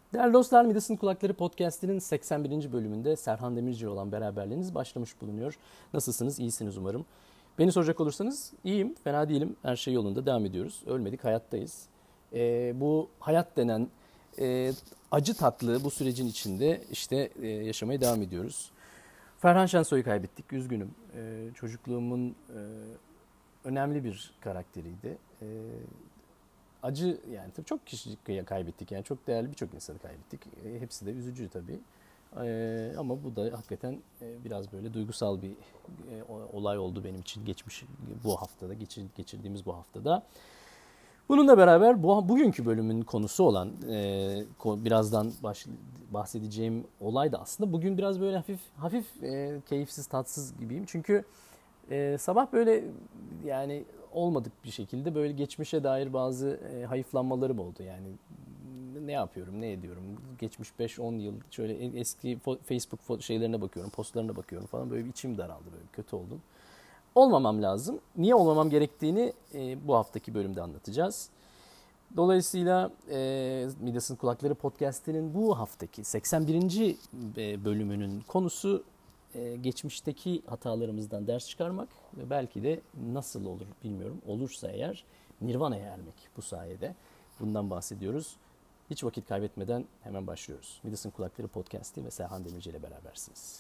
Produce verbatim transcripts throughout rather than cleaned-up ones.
Değerli dostlar, Midas'ın Kulakları Podcast'inin seksen birinci bölümünde Serhan Demirci olan beraberliğiniz başlamış bulunuyor. Nasılsınız? İyisiniz umarım. Beni soracak olursanız iyiyim, fena değilim. Her şey yolunda, devam ediyoruz. Ölmedik, hayattayız. Ee, bu hayat denen e, acı tatlı bu sürecin içinde işte e, yaşamaya devam ediyoruz. Ferhan Şensoy'u kaybettik, üzgünüm. Ee, çocukluğumun e, önemli bir karakteriydi. Ee, Acı yani tabii çok kişi kaybettik, yani çok değerli birçok insanı kaybettik. E, hepsi de üzücü tabii. E, ama bu da hakikaten e, biraz böyle duygusal bir e, olay oldu benim için geçmiş bu haftada, geçir, geçirdiğimiz bu haftada. Bununla beraber bu bugünkü bölümün konusu olan e, birazdan baş, bahsedeceğim olay da aslında bugün biraz böyle hafif hafif e, keyifsiz, tatsız gibiyim. Çünkü e, sabah böyle yani olmadık bir şekilde böyle geçmişe dair bazı e, hayıflanmalarım oldu. Yani ne yapıyorum, ne ediyorum? Geçmiş beş on yıl şöyle eski Facebook şeylerine bakıyorum, postlarına bakıyorum falan, böyle bir içim daraldı, böyle kötü oldum. Olmamam lazım. Niye olmamam gerektiğini e, bu haftaki bölümde anlatacağız. Dolayısıyla e, Midas'ın Kulakları Podcast'inin bu haftaki seksen birinci bölümünün konusu e, geçmişteki hatalarımızdan ders çıkarmak ve belki de nasıl olur bilmiyorum. Olursa eğer Nirvana'ya ermek bu sayede. Bundan bahsediyoruz. Hiç vakit kaybetmeden hemen başlıyoruz. Midas'ın Kulakları Podcast'i ve Serhan Demirci ile berabersiniz.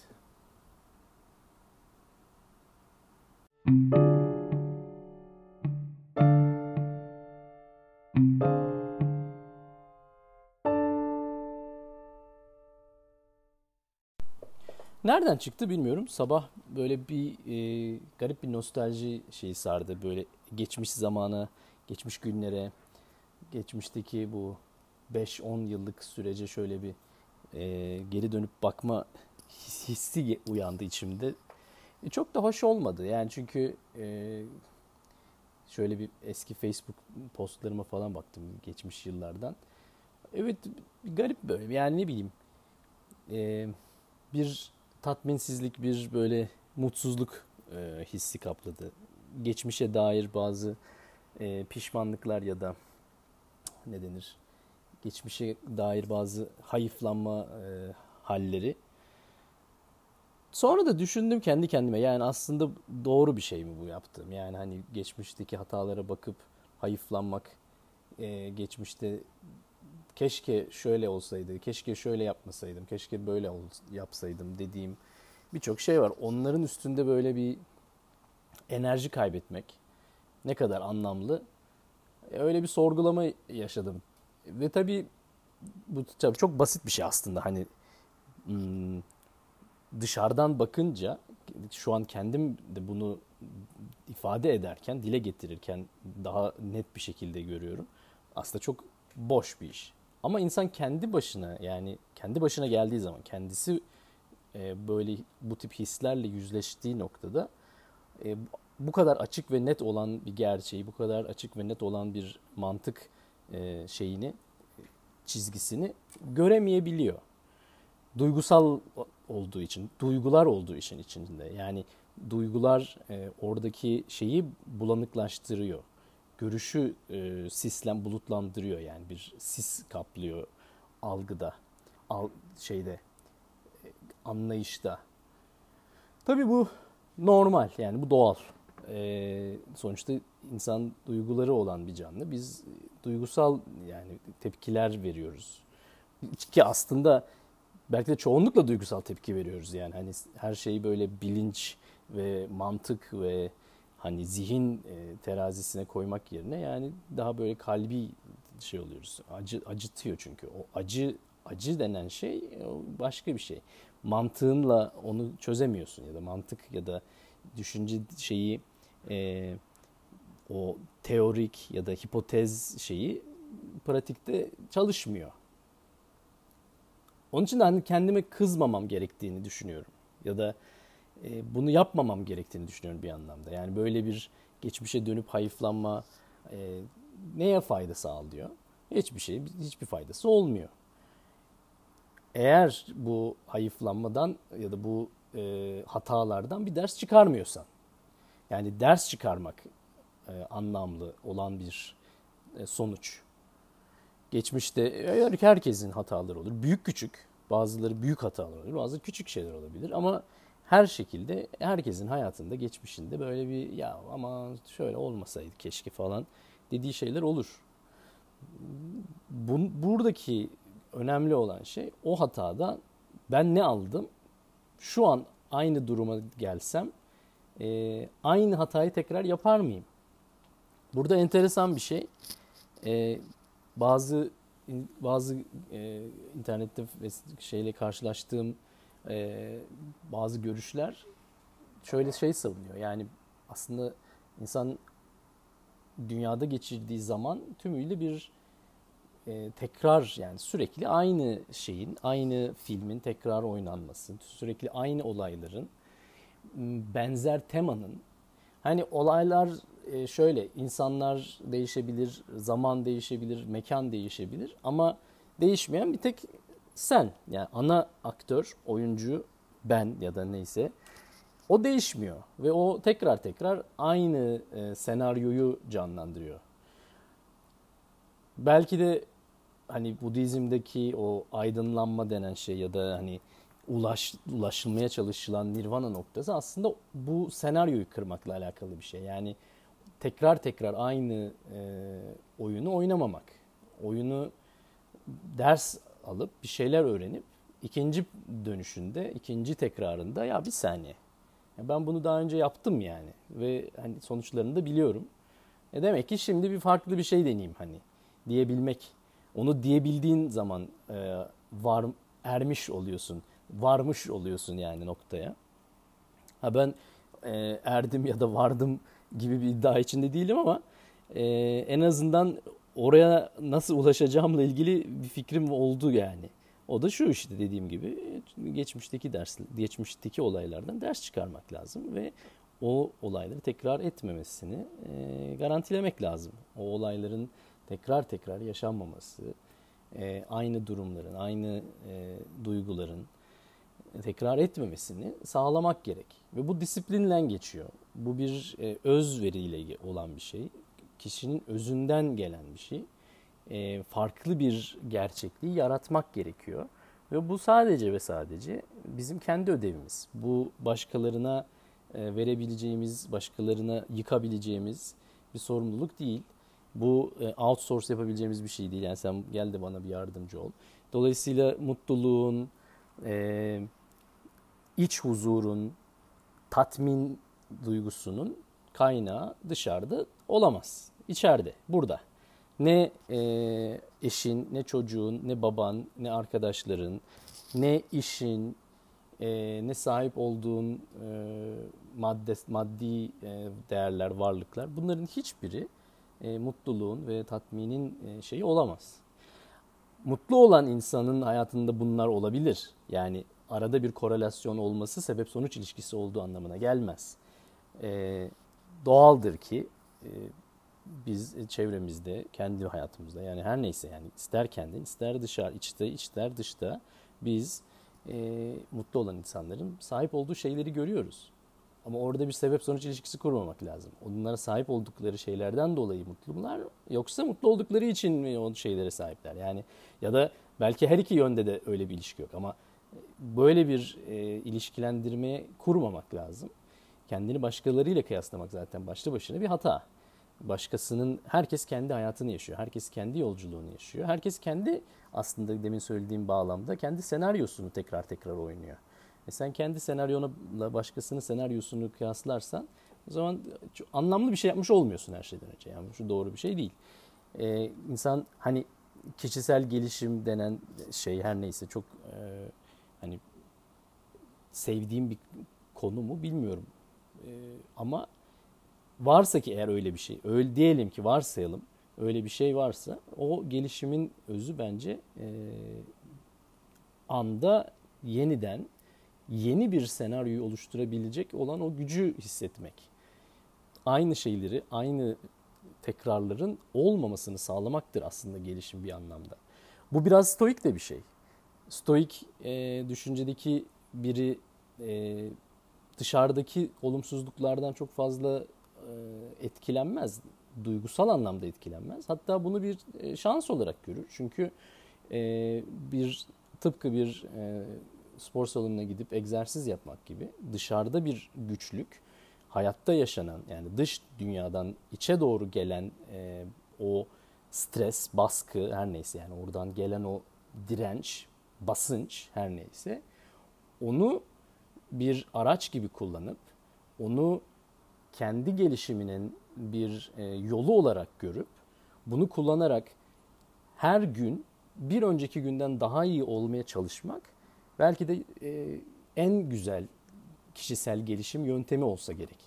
Nereden çıktı bilmiyorum. Sabah böyle bir e, garip bir nostalji şeyi sardı. Böyle geçmiş zamana, geçmiş günlere, geçmişteki bu beş on yıllık sürece şöyle bir e, geri dönüp bakma hissi uyandı içimde. E, çok da hoş olmadı. Yani çünkü e, şöyle bir eski Facebook postlarıma falan baktım geçmiş yıllardan. Evet, garip böyle. Yani ne bileyim. E, bir tatminsizlik, bir böyle mutsuzluk e, hissi kapladı. Geçmişe dair bazı e, pişmanlıklar ya da ne denir? Geçmişe dair bazı hayıflanma e, halleri. Sonra da düşündüm kendi kendime, yani aslında doğru bir şey mi bu yaptığım? Yani hani geçmişteki hatalara bakıp hayıflanmak, e, geçmişte keşke şöyle olsaydı, keşke şöyle yapmasaydım, keşke böyle yapsaydım dediğim birçok şey var. Onların üstünde böyle bir enerji kaybetmek ne kadar anlamlı? E, öyle bir sorgulama yaşadım. Ve tabii bu tabii çok basit bir şey aslında. Hani hmm, dışarıdan bakınca şu an kendim de bunu ifade ederken, dile getirirken daha net bir şekilde görüyorum. Aslında çok boş bir iş. Ama insan kendi başına, yani kendi başına geldiği zaman, kendisi e, böyle bu tip hislerle yüzleştiği noktada e, bu kadar açık ve net olan bir gerçeği, bu kadar açık ve net olan bir mantık e, şeyini, çizgisini göremeyebiliyor. Duygusal olduğu için, duygular olduğu için içinde. Yani duygular e, oradaki şeyi bulanıklaştırıyor. Görüşü e, sislen bulutlandırıyor, yani bir sis kaplıyor algıda, al, şeyde, anlayışta. Tabii bu normal, yani bu doğal. Ee, sonuçta insan duyguları olan bir canlı. Biz duygusal yani tepkiler veriyoruz. Ki aslında belki de çoğunlukla duygusal tepki veriyoruz. Yani hani her şeyi böyle bilinç ve mantık ve hani zihin e, terazisine koymak yerine yani daha böyle kalbi şey oluyoruz. Acı acıtıyor çünkü. O acı acı denen şey başka bir şey. Mantığınla onu çözemiyorsun ya da mantık ya da düşünce şeyi e, o teorik ya da hipotez şeyi pratikte çalışmıyor. Onun için de hani kendime kızmamam gerektiğini düşünüyorum. Ya da e, bunu yapmamam gerektiğini düşünüyorum bir anlamda. Yani böyle bir geçmişe dönüp hayıflanma e, neye fayda sağlıyor? Hiçbir şey, hiçbir faydası olmuyor. Eğer bu hayıflanmadan ya da bu e, hatalardan bir ders çıkarmıyorsan, yani ders çıkarmak e, anlamlı olan bir e, sonuç. Geçmişte herkesin hataları olur. Büyük küçük. Bazıları büyük hatalar olur. Bazıları küçük şeyler olabilir. Ama her şekilde herkesin hayatında, geçmişinde böyle bir ya ama şöyle olmasaydı keşke falan dediği şeyler olur. Bun, buradaki önemli olan şey o hatadan ben ne aldım? Şu an aynı duruma gelsem e, aynı hatayı tekrar yapar mıyım? Burada enteresan bir şey. E, bazı bazı e, internette ve şeyle karşılaştığım e, bazı görüşler şöyle şey savunuyor. Yani aslında insan dünyada geçirdiği zaman tümüyle bir e, tekrar, yani sürekli aynı şeyin, aynı filmin tekrar oynanması, sürekli aynı olayların, benzer temanın, hani olaylar e, şöyle, insanlar değişebilir, zaman değişebilir, mekan değişebilir ama değişmeyen bir tek sen, yani ana aktör, oyuncu, ben ya da neyse, o değişmiyor ve o tekrar tekrar aynı e, senaryoyu canlandırıyor. Belki de hani Budizm'deki o aydınlanma denen şey ya da hani ulaş, ulaşılmaya çalışılan nirvana noktası aslında bu senaryoyu kırmakla alakalı bir şey. Yani tekrar tekrar aynı e, oyunu oynamamak. Oyunu ders alıp bir şeyler öğrenip ikinci dönüşünde, ikinci tekrarında ya bir saniye. Ya ben bunu daha önce yaptım yani ve hani sonuçlarını da biliyorum. E demek ki şimdi bir farklı bir şey deneyeyim hani diyebilmek. Onu diyebildiğin zaman e, var ermiş oluyorsun. Varmış oluyorsun yani noktaya. Ha ben e, erdim ya da vardım gibi bir iddia içinde değilim ama e, en azından oraya nasıl ulaşacağımla ilgili bir fikrim oldu yani. O da şu, işte dediğim gibi geçmişteki ders, geçmişteki olaylardan ders çıkarmak lazım ve o olayları tekrar etmemesini e, garantilemek lazım. O olayların tekrar tekrar yaşanmaması, e, aynı durumların, aynı e, duyguların tekrar etmemesini sağlamak gerek. Ve bu disiplinle geçiyor. Bu bir e, özveriyle olan bir şey. Kişinin özünden gelen bir şey. E, farklı bir gerçekliği yaratmak gerekiyor. Ve bu sadece ve sadece bizim kendi ödevimiz. Bu başkalarına e, verebileceğimiz, başkalarına yıkabileceğimiz bir sorumluluk değil. Bu e, outsource yapabileceğimiz bir şey değil. Yani sen gel de bana bir yardımcı ol. Dolayısıyla mutluluğun, e, iç huzurun, tatmin duygusunun kaynağı dışarıda olamaz. İçeride, burada. Ne e, eşin, ne çocuğun, ne baban, ne arkadaşların, ne işin, e, ne sahip olduğun e, madde, maddi e, değerler, varlıklar, bunların hiçbiri e, mutluluğun ve tatminin e, şeyi olamaz. Mutlu olan insanın hayatında bunlar olabilir. Yani arada bir korelasyon olması sebep sonuç ilişkisi olduğu anlamına gelmez. Ee, doğaldır ki e, biz çevremizde, kendi hayatımızda, yani her neyse, yani ister kendin, ister dışarı, içte, içler dışta biz e, mutlu olan insanların sahip olduğu şeyleri görüyoruz. Ama orada bir sebep sonuç ilişkisi kurmamak lazım. Onlara sahip oldukları şeylerden dolayı mutlular, yoksa mutlu oldukları için mi o şeylere sahipler? Yani ya da belki her iki yönde de öyle bir ilişki yok ama böyle bir e, ilişkilendirmeye kurmamak lazım. Kendini başkalarıyla kıyaslamak zaten başlı başına bir hata. Başkasının, herkes kendi hayatını yaşıyor. Herkes kendi yolculuğunu yaşıyor. Herkes kendi, aslında demin söylediğim bağlamda kendi senaryosunu tekrar tekrar oynuyor. E sen kendi senaryonla başkasının senaryosunu kıyaslarsan o zaman çok anlamlı bir şey yapmış olmuyorsun her şeyden önce. Yani şu doğru bir şey değil. Ee, insan hani kişisel gelişim denen şey, her neyse, çok e, hani sevdiğim bir konu mu bilmiyorum. E, ama varsa ki eğer öyle bir şey, öyle diyelim ki varsayalım, öyle bir şey varsa, o gelişimin özü bence e, anda yeniden yeni bir senaryoyu oluşturabilecek olan o gücü hissetmek. Aynı şeyleri, aynı tekrarların olmamasını sağlamaktır aslında gelişim bir anlamda. Bu biraz stoik de bir şey. Stoik e, düşüncedeki biri e, dışarıdaki olumsuzluklardan çok fazla e, etkilenmez. duygusal anlamda etkilenmez. Hatta bunu bir e, şans olarak görür. Çünkü e, bir tıpkı bir e, spor salonuna gidip egzersiz yapmak gibi dışarıda bir güçlük, hayatta yaşanan yani dış dünyadan içe doğru gelen e, o stres, baskı her neyse yani oradan gelen o direnç, basınç her neyse onu bir araç gibi kullanıp onu kendi gelişiminin bir e, yolu olarak görüp bunu kullanarak her gün bir önceki günden daha iyi olmaya çalışmak belki de e, en güzel kişisel gelişim yöntemi olsa gerek.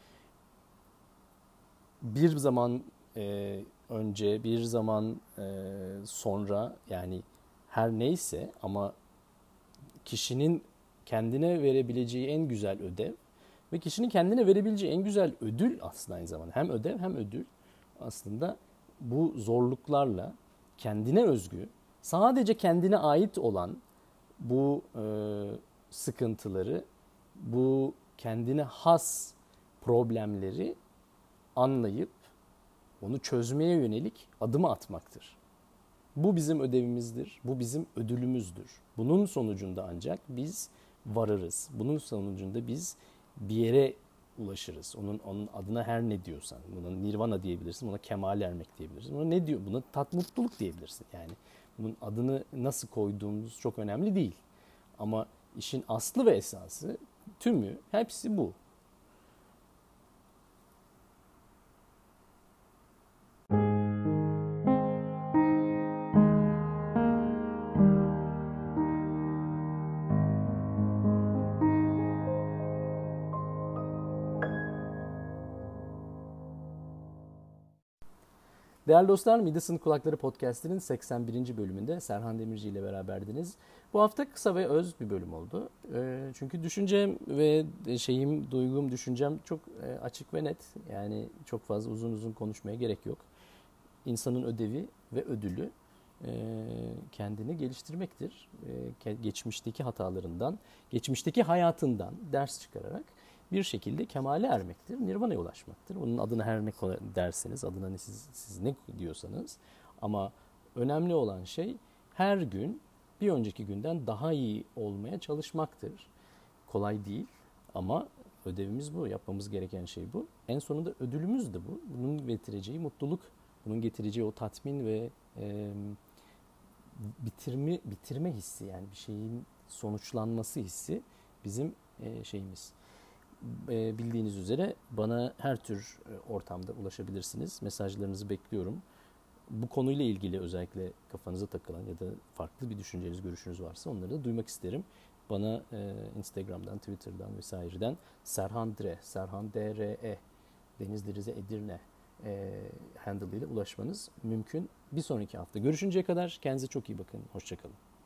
Bir zaman e, önce, bir zaman e, sonra yani her neyse ama kişinin kendine verebileceği en güzel ödev ve kişinin kendine verebileceği en güzel ödül aslında aynı zamanda hem ödev hem ödül aslında bu zorluklarla kendine özgü, sadece kendine ait olan bu e, sıkıntıları, bu kendine has problemleri anlayıp onu çözmeye yönelik adımı atmaktır. Bu bizim ödevimizdir, bu bizim ödülümüzdür. Bunun sonucunda ancak biz varırız. Bunun sonucunda biz bir yere ulaşırız. Onun, onun adına her ne diyorsan, buna nirvana diyebilirsin, buna kemale ermek diyebilirsin. Buna ne diyor? Buna tat mutluluk diyebilirsin. Yani bunun adını nasıl koyduğumuz çok önemli değil. Ama işin aslı ve esası, tümü, hepsi bu. Değerli dostlar, Midas'ın Kulakları Podcast'inin seksen birinci bölümünde Serhan Demirci ile beraberdiniz. Bu hafta kısa ve öz bir bölüm oldu. Çünkü düşüncem ve şeyim, duygum, düşüncem çok açık ve net. Yani çok fazla uzun uzun konuşmaya gerek yok. İnsanın ödevi ve ödülü kendini geliştirmektir. Geçmişteki hatalarından, geçmişteki hayatından ders çıkararak bir şekilde kemale ermektir, nirvana'ya ulaşmaktır. Bunun adına her ne derseniz, adına ne siz, siz ne diyorsanız. Ama önemli olan şey her gün bir önceki günden daha iyi olmaya çalışmaktır. Kolay değil ama ödevimiz bu, yapmamız gereken şey bu. En sonunda ödülümüz de bu. Bunun getireceği mutluluk, bunun getireceği o tatmin ve e, bitirme, bitirme hissi yani bir şeyin sonuçlanması hissi bizim e, şeyimiz. Bildiğiniz üzere bana her tür ortamda ulaşabilirsiniz. Mesajlarınızı bekliyorum. Bu konuyla ilgili özellikle kafanıza takılan ya da farklı bir düşünceniz, görüşünüz varsa onları da duymak isterim. Bana Instagram'dan, Twitter'dan vesaireden Serhan Dre, Serhan D R E, Denizli Rize Edirne e, handle ile ulaşmanız mümkün. Bir sonraki hafta görüşünceye kadar kendinize çok iyi bakın. Hoşça kalın.